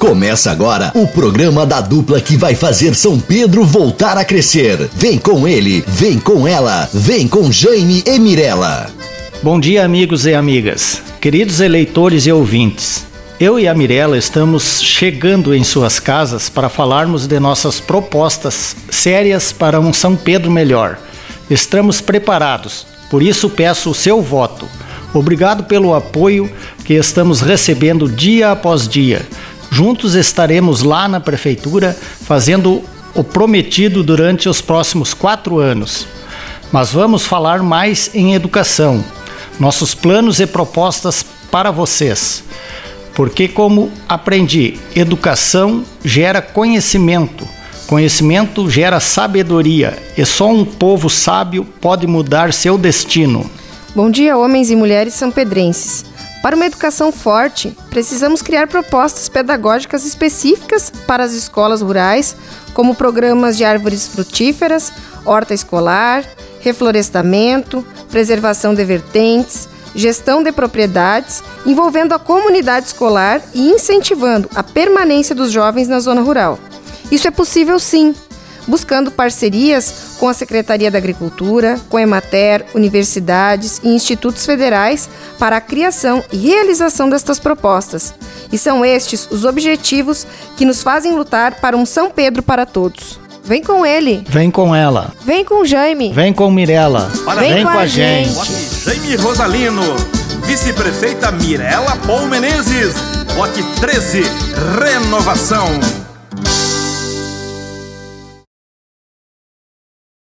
Começa agora o programa da dupla que vai fazer São Pedro voltar a crescer. Vem com ele, vem com ela, vem com Jaime e Mirella. Bom dia, amigos e amigas, queridos eleitores e ouvintes. Eu e a Mirella estamos chegando em suas casas para falarmos de nossas propostas sérias para um São Pedro melhor. Estamos preparados, por isso peço o seu voto. Obrigado pelo apoio que estamos recebendo dia após dia. Juntos estaremos lá na prefeitura fazendo o prometido durante os próximos 4 anos. Mas vamos falar mais em educação, nossos planos e propostas para vocês. Porque, como aprendi, educação gera conhecimento, conhecimento gera sabedoria e só um povo sábio pode mudar seu destino. Bom dia, homens e mulheres sanpedrenses. Para uma educação forte, precisamos criar propostas pedagógicas específicas para as escolas rurais, como programas de árvores frutíferas, horta escolar, reflorestamento, preservação de vertentes, gestão de propriedades, envolvendo a comunidade escolar e incentivando a permanência dos jovens na zona rural. Isso é possível sim, buscando parcerias com a Secretaria da Agricultura, com a Emater, universidades e institutos federais para a criação e realização destas propostas. E são estes os objetivos que nos fazem lutar para um São Pedro para todos. Vem com ele. Vem com ela. Vem com Jaime. Vem com Mirella. Vem com a gente. Vote Jaime Rosalino. Vice-prefeita Mirella Paul Menezes. Vote 13. Renovação.